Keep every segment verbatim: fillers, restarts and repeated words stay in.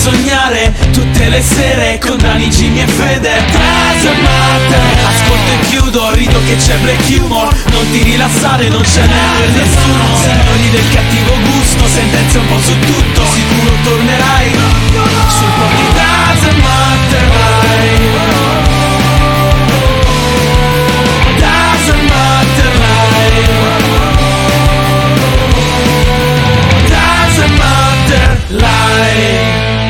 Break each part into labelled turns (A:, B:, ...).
A: sognare tutte le sere con Dani, Jimmy e Fede. Doesn't matter. Ascolto e chiudo, rido che c'è black humor. Non ti rilassare, non c'è nervo e nessuno. Signori del cattivo gusto, sentenze un po' su tutto. Sicuro tornerai sul po' di Doesn't matter live. Doesn't matter live. Doesn't matter live.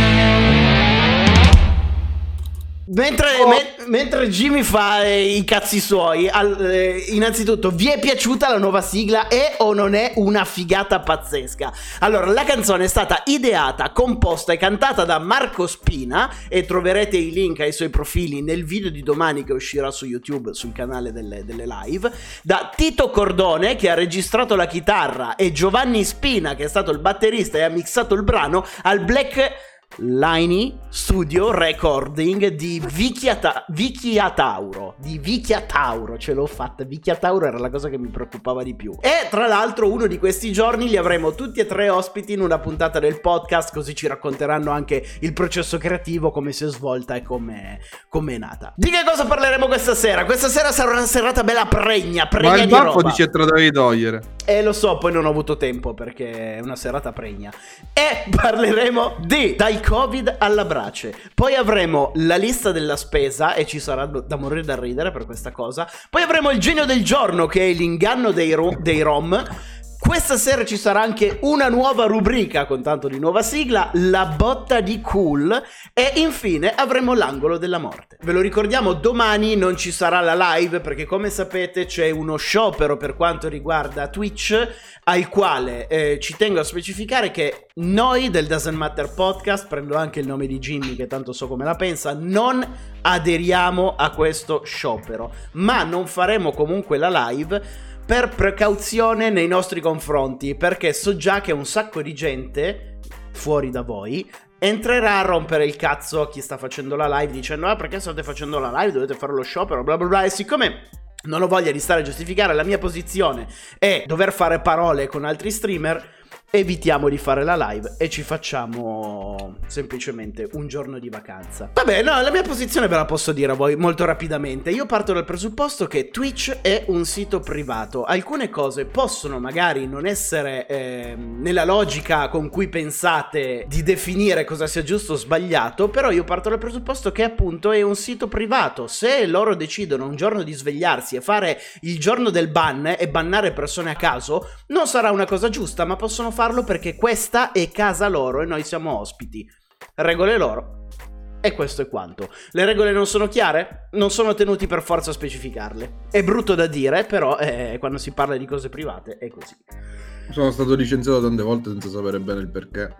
B: Mentre,
C: Oh.
B: me- mentre Jimmy fa eh, i cazzi suoi, al- eh, innanzitutto, vi è piaciuta la nuova sigla? È o non è una figata pazzesca? Allora, la canzone è stata ideata, composta e cantata da Marco Spina, e troverete i link ai suoi profili nel video di domani che uscirà su YouTube, sul canale delle, delle live, da Tito Cordone, che ha registrato la chitarra, e Giovanni Spina, che è stato il batterista e ha mixato il brano, al Black Liney Studio Recording di Vicchiata- Vicchiatauro di Vicchiatauro, ce l'ho fatta. Vicchiatauro era la cosa che mi preoccupava di più. E tra l'altro uno di questi giorni li avremo tutti e tre ospiti in una puntata del podcast, così ci racconteranno anche il processo creativo, come si è svolta e come è nata. Di che cosa parleremo questa sera? Questa sera sarà una serata bella pregna, pregna
C: Ma il
B: di
C: baffo
B: roba.
C: dice te lo devi togliere.
B: Eh, lo so, poi non ho avuto tempo perché è una serata pregna. E parleremo di dai Covid alla brace. Poi avremo la lista della spesa e ci sarà da morire da ridere per questa cosa. Poi avremo il genio del giorno, che è l'inganno dei, ro- dei rom. Questa sera ci sarà anche una nuova rubrica con tanto di nuova sigla, la botta di cool, e infine avremo l'angolo della morte. Ve lo ricordiamo, domani non ci sarà la live perché, come sapete, c'è uno sciopero per quanto riguarda Twitch, al quale eh, ci tengo a specificare che noi del Doesn't Matter Podcast, prendo anche il nome di Jimmy che tanto so come la pensa, non aderiamo a questo sciopero, ma non faremo comunque la live per precauzione nei nostri confronti, perché so già che un sacco di gente fuori da voi entrerà a rompere il cazzo a chi sta facendo la live dicendo ah, perché state facendo la live, dovete fare lo sciopero, bla bla bla. E siccome non ho voglia di stare a giustificare la mia posizione e dover fare parole con altri streamer, evitiamo di fare la live e ci facciamo semplicemente un giorno di vacanza. Vabbè, no, la mia posizione ve la posso dire a voi molto rapidamente. Io parto dal presupposto che Twitch è un sito privato. Alcune cose possono magari non essere eh, nella logica con cui pensate di definire cosa sia giusto o sbagliato, però io parto dal presupposto che appunto è un sito privato. Se loro decidono un giorno di svegliarsi e fare il giorno del ban e bannare persone a caso, non sarà una cosa giusta, ma possono farlo perché questa è casa loro e noi siamo ospiti. Regole loro. E questo è quanto. Le regole non sono chiare? Non sono tenuti per forza a specificarle. È brutto da dire, però eh, quando si parla di cose private è così.
C: Sono stato licenziato tante volte senza sapere bene il perché.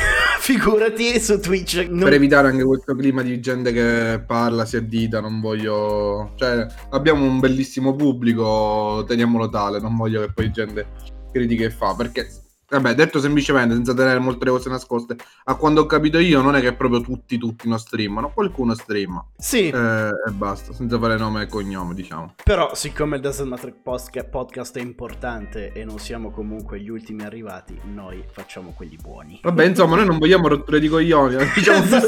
B: Figurati su Twitch. Non...
C: Per evitare anche questo clima di gente che parla, si addita, non voglio... Cioè, abbiamo un bellissimo pubblico, teniamolo tale, non voglio che poi gente critichi e fa, perché... Vabbè, detto semplicemente, senza tenere molte cose nascoste, a quando ho capito io non è che proprio tutti, tutti non streamano, qualcuno streama.
B: Sì.
C: Eh, e basta, senza fare nome e cognome, diciamo.
B: Però, siccome il Doesn't Matter podcast è importante e non siamo comunque gli ultimi arrivati, noi facciamo quelli buoni.
C: Vabbè, insomma, noi non vogliamo rotture di coglioni, diciamo più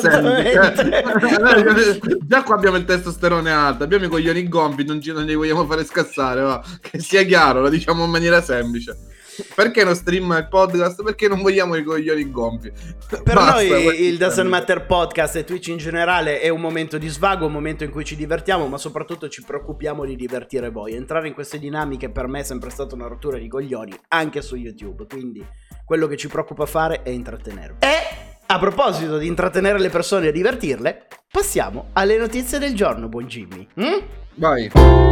C: semplice. Già qua abbiamo il testosterone alto, abbiamo i coglioni gonfi, non, ci, non li vogliamo fare scassare, va. Che sia chiaro, lo diciamo in maniera semplice. Perché non streama il podcast? Perché non vogliamo i coglioni gonfi.
B: Per Basta, noi il Doesn't Matter podcast e Twitch in generale è un momento di svago, un momento in cui ci divertiamo, ma soprattutto ci preoccupiamo di divertire voi. Entrare in queste dinamiche per me è sempre stata una rottura di coglioni, anche su YouTube, quindi quello che ci preoccupa fare è intrattenervi. E a proposito di intrattenere le persone e divertirle, passiamo alle notizie del giorno, buon Jimmy. Mm?
C: Vai.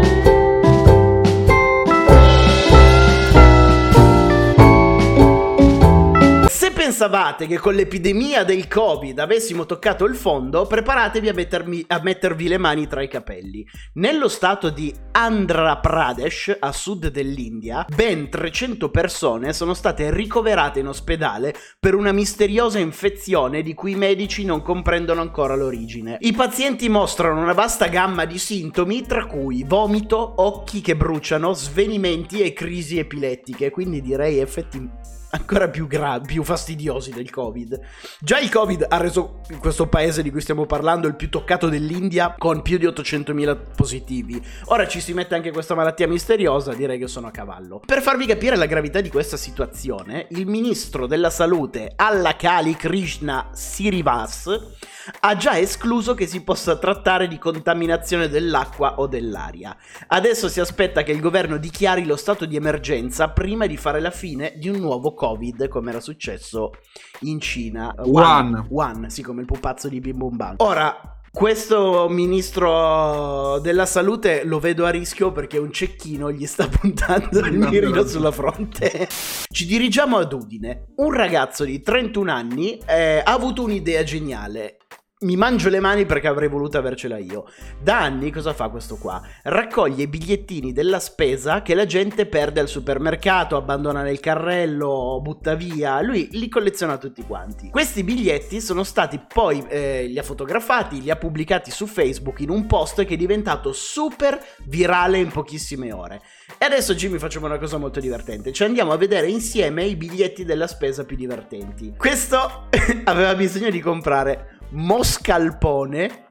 B: Se pensavate che con l'epidemia del Covid avessimo toccato il fondo, preparatevi a, mettermi, a mettervi le mani tra i capelli. Nello stato di Andhra Pradesh, a sud dell'India, ben trecento persone sono state ricoverate in ospedale per una misteriosa infezione di cui i medici non comprendono ancora l'origine. I pazienti mostrano una vasta gamma di sintomi, tra cui vomito, occhi che bruciano, svenimenti e crisi epilettiche, quindi direi effetti ancora più, gra- più fastidiosi del Covid. Già il Covid ha reso questo paese di cui stiamo parlando il più toccato dell'India, con più di ottocentomila positivi. Ora ci si mette anche questa malattia misteriosa, direi che sono a cavallo. Per farvi capire la gravità di questa situazione, il ministro della salute Allakali Krishna Srinivas ha già escluso che si possa trattare di contaminazione dell'acqua o dell'aria. Adesso si aspetta che il governo dichiari lo stato di emergenza prima di fare la fine di un nuovo Covid, come era successo in Cina.
C: Wuhan.
B: Wuhan, sì, come il pupazzo di Bim Bum Bam. Ora, questo ministro della salute lo vedo a rischio perché un cecchino gli sta puntando il mirino sulla fronte. Ci dirigiamo ad Udine. Un ragazzo di trentuno anni eh, ha avuto un'idea geniale. Mi mangio le mani perché avrei voluto avercela io. Da anni cosa fa questo qua? Raccoglie i bigliettini della spesa che la gente perde al supermercato, abbandona nel carrello, butta via. Lui li colleziona tutti quanti. Questi biglietti sono stati poi, eh, li ha fotografati, li ha pubblicati su Facebook in un post che è diventato super virale in pochissime ore. E adesso Jimmy facciamo una cosa molto divertente. Ci andiamo a vedere insieme i biglietti della spesa più divertenti. Questo aveva bisogno di comprare moscalpone,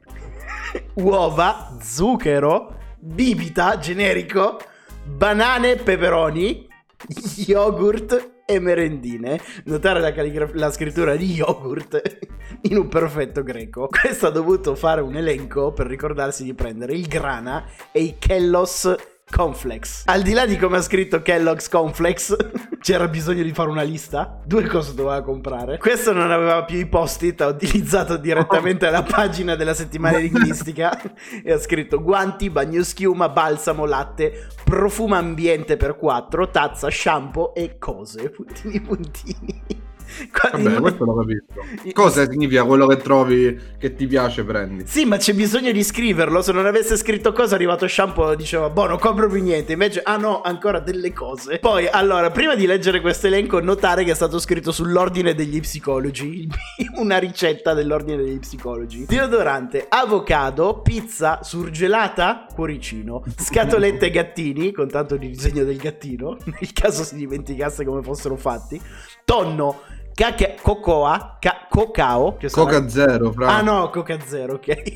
B: uova, zucchero, bibita generico, banane, peperoni, yogurt e merendine. Notare la, calligraf- la scrittura di yogurt in un perfetto greco. Questo ha dovuto fare un elenco per ricordarsi di prendere il grana e i Kellogg's Cornflakes. Al di là di come ha scritto Kellogg's Cornflakes, c'era bisogno di fare una lista. Due cose doveva comprare. Questo non aveva più i post-it, ha utilizzato direttamente la pagina della settimana enigmistica e ha scritto guanti, bagnoschiuma, balsamo, latte, profumo ambiente per quattro, tazza, shampoo e cose. Puntini puntini.
C: Vabbè, questo lo capisco. Cosa significa quello che trovi che ti piace prendi?
B: Sì, ma c'è bisogno di scriverlo. Se non avesse scritto cosa, è arrivato shampoo, diceva boh, non compro più niente. Invece, ah no, ancora delle cose. Poi, allora, prima di leggere questo elenco, notare che è stato scritto sull'ordine degli psicologi. Una ricetta dell'ordine degli psicologi. Deodorante, avocado, pizza surgelata, cuoricino, scatolette gattini, con tanto di disegno del gattino, nel caso si dimenticasse come fossero fatti, tonno, Caca- cocoa, ca- cocao, che sarà...
C: Coca zero, fra.
B: Ah no, Coca zero, ok.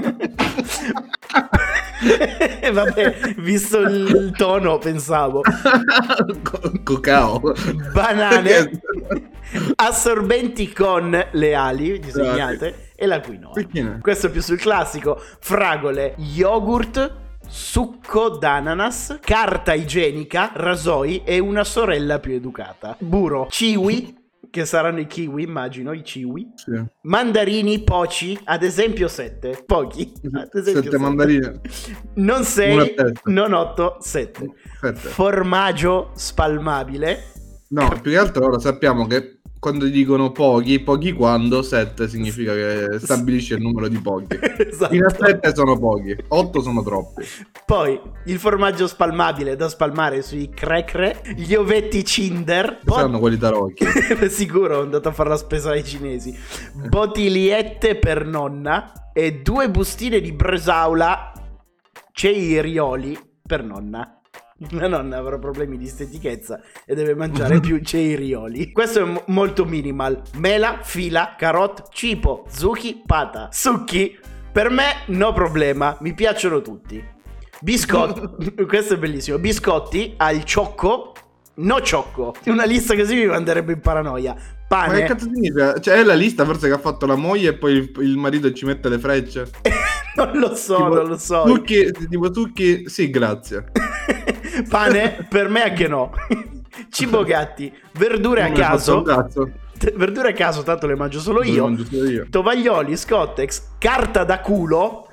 B: Vabbè, visto il tono, pensavo.
C: Co- cocao.
B: Banane, assorbenti con le ali disegnate e la quinoa.
C: Perché?
B: Questo è più sul classico. Fragole, yogurt, succo d'ananas, carta igienica, rasoi e una sorella più educata. Burro, kiwi, che saranno i kiwi, immagino, i kiwi.
C: Sì.
B: Mandarini, poci, ad esempio sette. Pochi. Ad esempio
C: Sette mandarine.
B: Non
C: Una
B: sei,
C: a testa.
B: non otto, sette.
C: Sette.
B: Formaggio spalmabile.
C: No, più che altro ora sappiamo che quando dicono pochi, pochi quando, sette significa che stabilisce il numero di pochi.
B: Esatto.
C: Fino a sette sono pochi, otto sono troppi.
B: Poi il formaggio spalmabile da spalmare sui crecre, gli ovetti Cinder, bot-
C: Saranno quelli tarocchi.
B: sicuro, ho andato a fare la spesa ai cinesi. Bottigliette per nonna e due bustine di bresaola ceirioli per nonna. La nonna avrà problemi di stetichezza e deve mangiare più ceirioli. Questo è mo- molto minimal. Mela, fila, carot, cipo, zucchi, pata, succhi. Per me no problema, mi piacciono tutti. Biscotti, questo è bellissimo. Biscotti al ciocco, no ciocco. Una lista così mi manderebbe in paranoia.
C: Ma che
B: Pane.
C: cazzo significa? Cioè è la lista forse che ha fatto la moglie e poi il, il marito ci mette le frecce?
B: Non lo so,
C: Tipo,
B: non lo so.
C: Succhi, tipo succhi, sì grazie.
B: Pane, per me anche no. Cibo gatti, verdure a
C: Non mi ha fatto
B: caso.
C: un cazzo.
B: Verdure a caso, tanto le mangio solo
C: Le
B: io.
C: mangio solo io.
B: Tovaglioli, Scottex, carta da culo,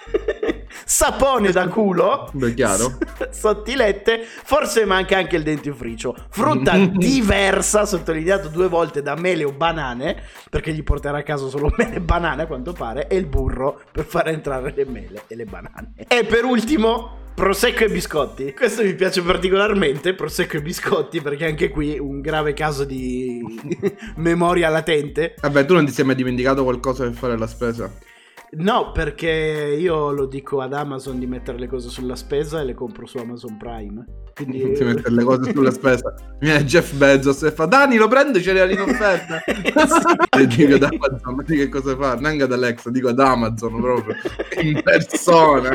B: sapone da culo.
C: Beh, chiaro.
B: Sottilette, forse manca anche il dentifricio. Frutta diversa, sottolineato due volte, da mele o banane, perché gli porterà a casa solo mele e banane a quanto pare, e il burro per far entrare le mele e le banane. E per ultimo, prosecco e biscotti. Questo mi piace particolarmente, prosecco e biscotti, perché anche qui un grave caso di memoria latente.
C: Vabbè, tu non ti sei mai dimenticato qualcosa per fare la spesa?
B: No, perché io lo dico ad Amazon di mettere le cose sulla spesa e le compro su Amazon Prime. Quindi
C: Non ti mettere le cose sulla spesa. Mi viene Jeff Bezos e fa: Dani, lo prendo i cereali in offerta. E dico ad Amazon, ma di che cosa fa? Neanche ad Alexa, dico ad Amazon proprio in persona.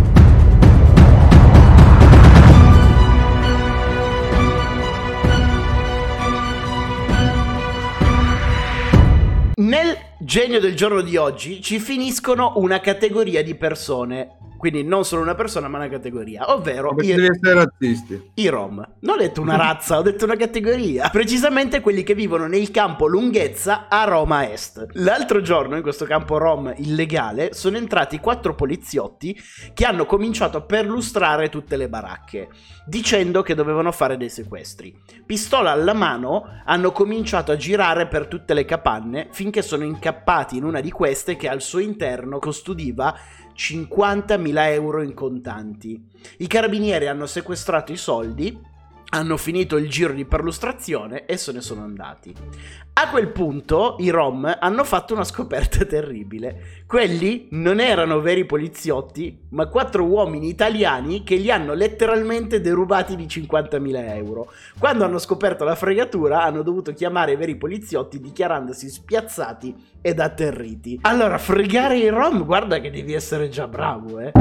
B: Nel genio del giorno di oggi ci finiscono una categoria di persone, quindi non solo una persona ma una categoria, ovvero
C: Perché
B: i,
C: devi essere razzisti.
B: i Rom. Non ho detto una razza, ho detto una categoria, precisamente quelli che vivono nel campo Lunghezza a Roma Est. L'altro giorno in questo campo Rom illegale sono entrati quattro poliziotti che hanno cominciato a perlustrare tutte le baracche, dicendo che dovevano fare dei sequestri. Pistola alla mano hanno cominciato a girare per tutte le capanne finché sono incappati in una di queste che al suo interno custodiva cinquantamila euro in contanti. I carabinieri hanno sequestrato i soldi, hanno finito il giro di perlustrazione e se ne sono andati. A quel punto i Rom hanno fatto una scoperta terribile. Quelli non erano veri poliziotti, ma quattro uomini italiani che li hanno letteralmente derubati di cinquantamila euro. Quando hanno scoperto la fregatura hanno dovuto chiamare i veri poliziotti dichiarandosi spiazzati ed atterriti. Allora, fregare i Rom, guarda che devi essere già bravo, eh.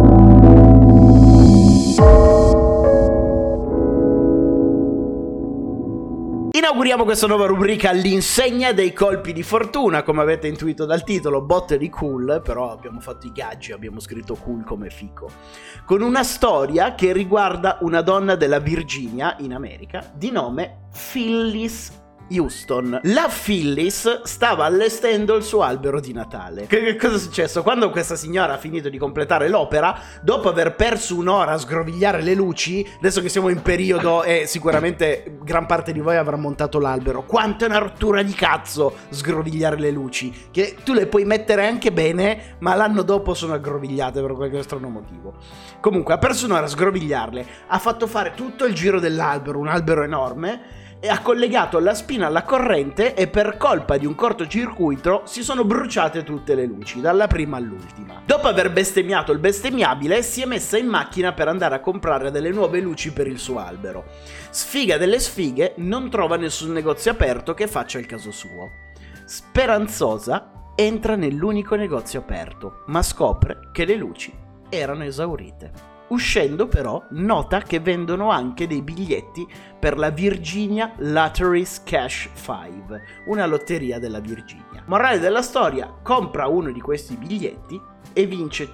B: Inauguriamo questa nuova rubrica all'insegna dei colpi di fortuna, come avete intuito dal titolo, botte di cool, però abbiamo fatto i gaggi, abbiamo scritto cool come fico, con una storia che riguarda una donna della Virginia, in America, di nome Phyllis Houston. La Phyllis stava allestendo il suo albero di Natale. Che, che cosa è successo? Quando questa signora ha finito di completare l'opera, dopo aver perso un'ora a sgrovigliare le luci, adesso che siamo in periodo e sicuramente gran parte di voi avrà montato l'albero, quanto è una rottura di cazzo sgrovigliare le luci, che tu le puoi mettere anche bene, ma l'anno dopo sono aggrovigliate per qualche strano motivo. Comunque ha perso un'ora a sgrovigliarle, ha fatto fare tutto il giro dell'albero, un albero enorme, e ha collegato la spina alla corrente e per colpa di un cortocircuito si sono bruciate tutte le luci, dalla prima all'ultima. Dopo aver bestemmiato il bestemmiabile, si è messa in macchina per andare a comprare delle nuove luci per il suo albero. Sfiga delle sfighe, non trova nessun negozio aperto che faccia il caso suo. Speranzosa, entra nell'unico negozio aperto, ma scopre che le luci erano esaurite. Uscendo però nota che vendono anche dei biglietti per la Virginia Lotteries Cash cinque, una lotteria della Virginia. Morale della storia: compra uno di questi biglietti e vince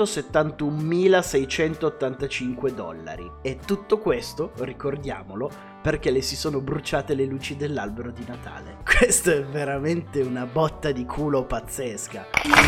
B: centosettantunomilaseicentottantacinque dollari. E tutto questo, ricordiamolo, perché le si sono bruciate le luci dell'albero di Natale. Questa è veramente una botta di culo pazzesca.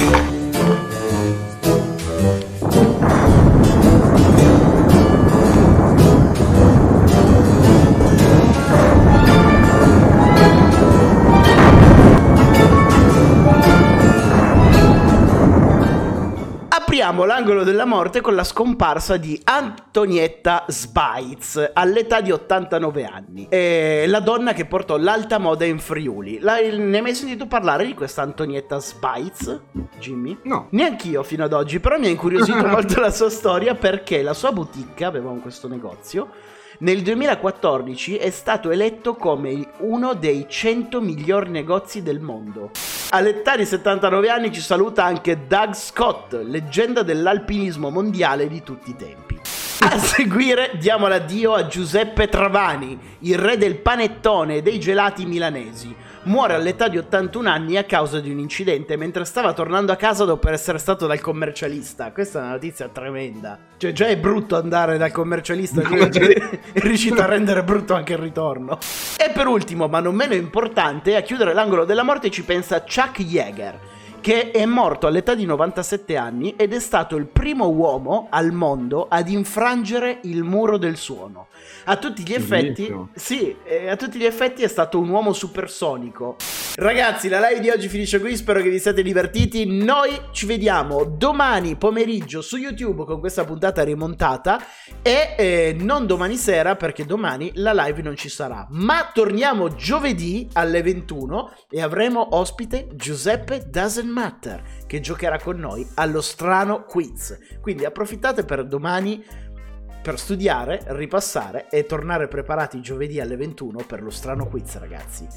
B: Apriamo l'angolo della morte con la scomparsa di Antonietta Sbaitz all'età di ottantanove anni. È la donna che portò l'alta moda in Friuli. La, ne hai mai sentito parlare di questa Antonietta Sbaitz, Jimmy?
C: No.
B: Neanch'io fino ad oggi, però mi ha incuriosito molto la sua storia, perché la sua boutique, aveva questo negozio, nel duemilaquattordici è stato eletto come uno dei cento migliori negozi del mondo. All'età di settantanove anni ci saluta anche Doug Scott, leggenda dell'alpinismo mondiale di tutti i tempi. A seguire diamo l'addio a Giuseppe Travani, il re del panettone e dei gelati milanesi. Muore all'età di ottantuno anni a causa di un incidente mentre stava tornando a casa dopo essere stato dal commercialista. Questa è una notizia tremenda. Cioè già è brutto andare dal commercialista, no, è riuscito a rendere brutto anche il ritorno. E per ultimo, ma non meno importante, a chiudere l'angolo della morte ci pensa Chuck Yeager, che è morto all'età di novantasette anni ed è stato il primo uomo al mondo ad infrangere il muro del suono. A tutti gli effetti,
C: Bellissimo.
B: sì, eh, a tutti gli effetti è stato un uomo supersonico. Ragazzi, la live di oggi finisce qui, spero che vi siate divertiti. Noi ci vediamo domani pomeriggio su YouTube con questa puntata rimontata e eh, non domani sera, perché domani la live non ci sarà, ma torniamo giovedì alle ventuno e avremo ospite Giuseppe Doesn't Matter, che giocherà con noi allo strano quiz. Quindi approfittate per domani per studiare, ripassare e tornare preparati giovedì alle ventuno per lo strano quiz, ragazzi.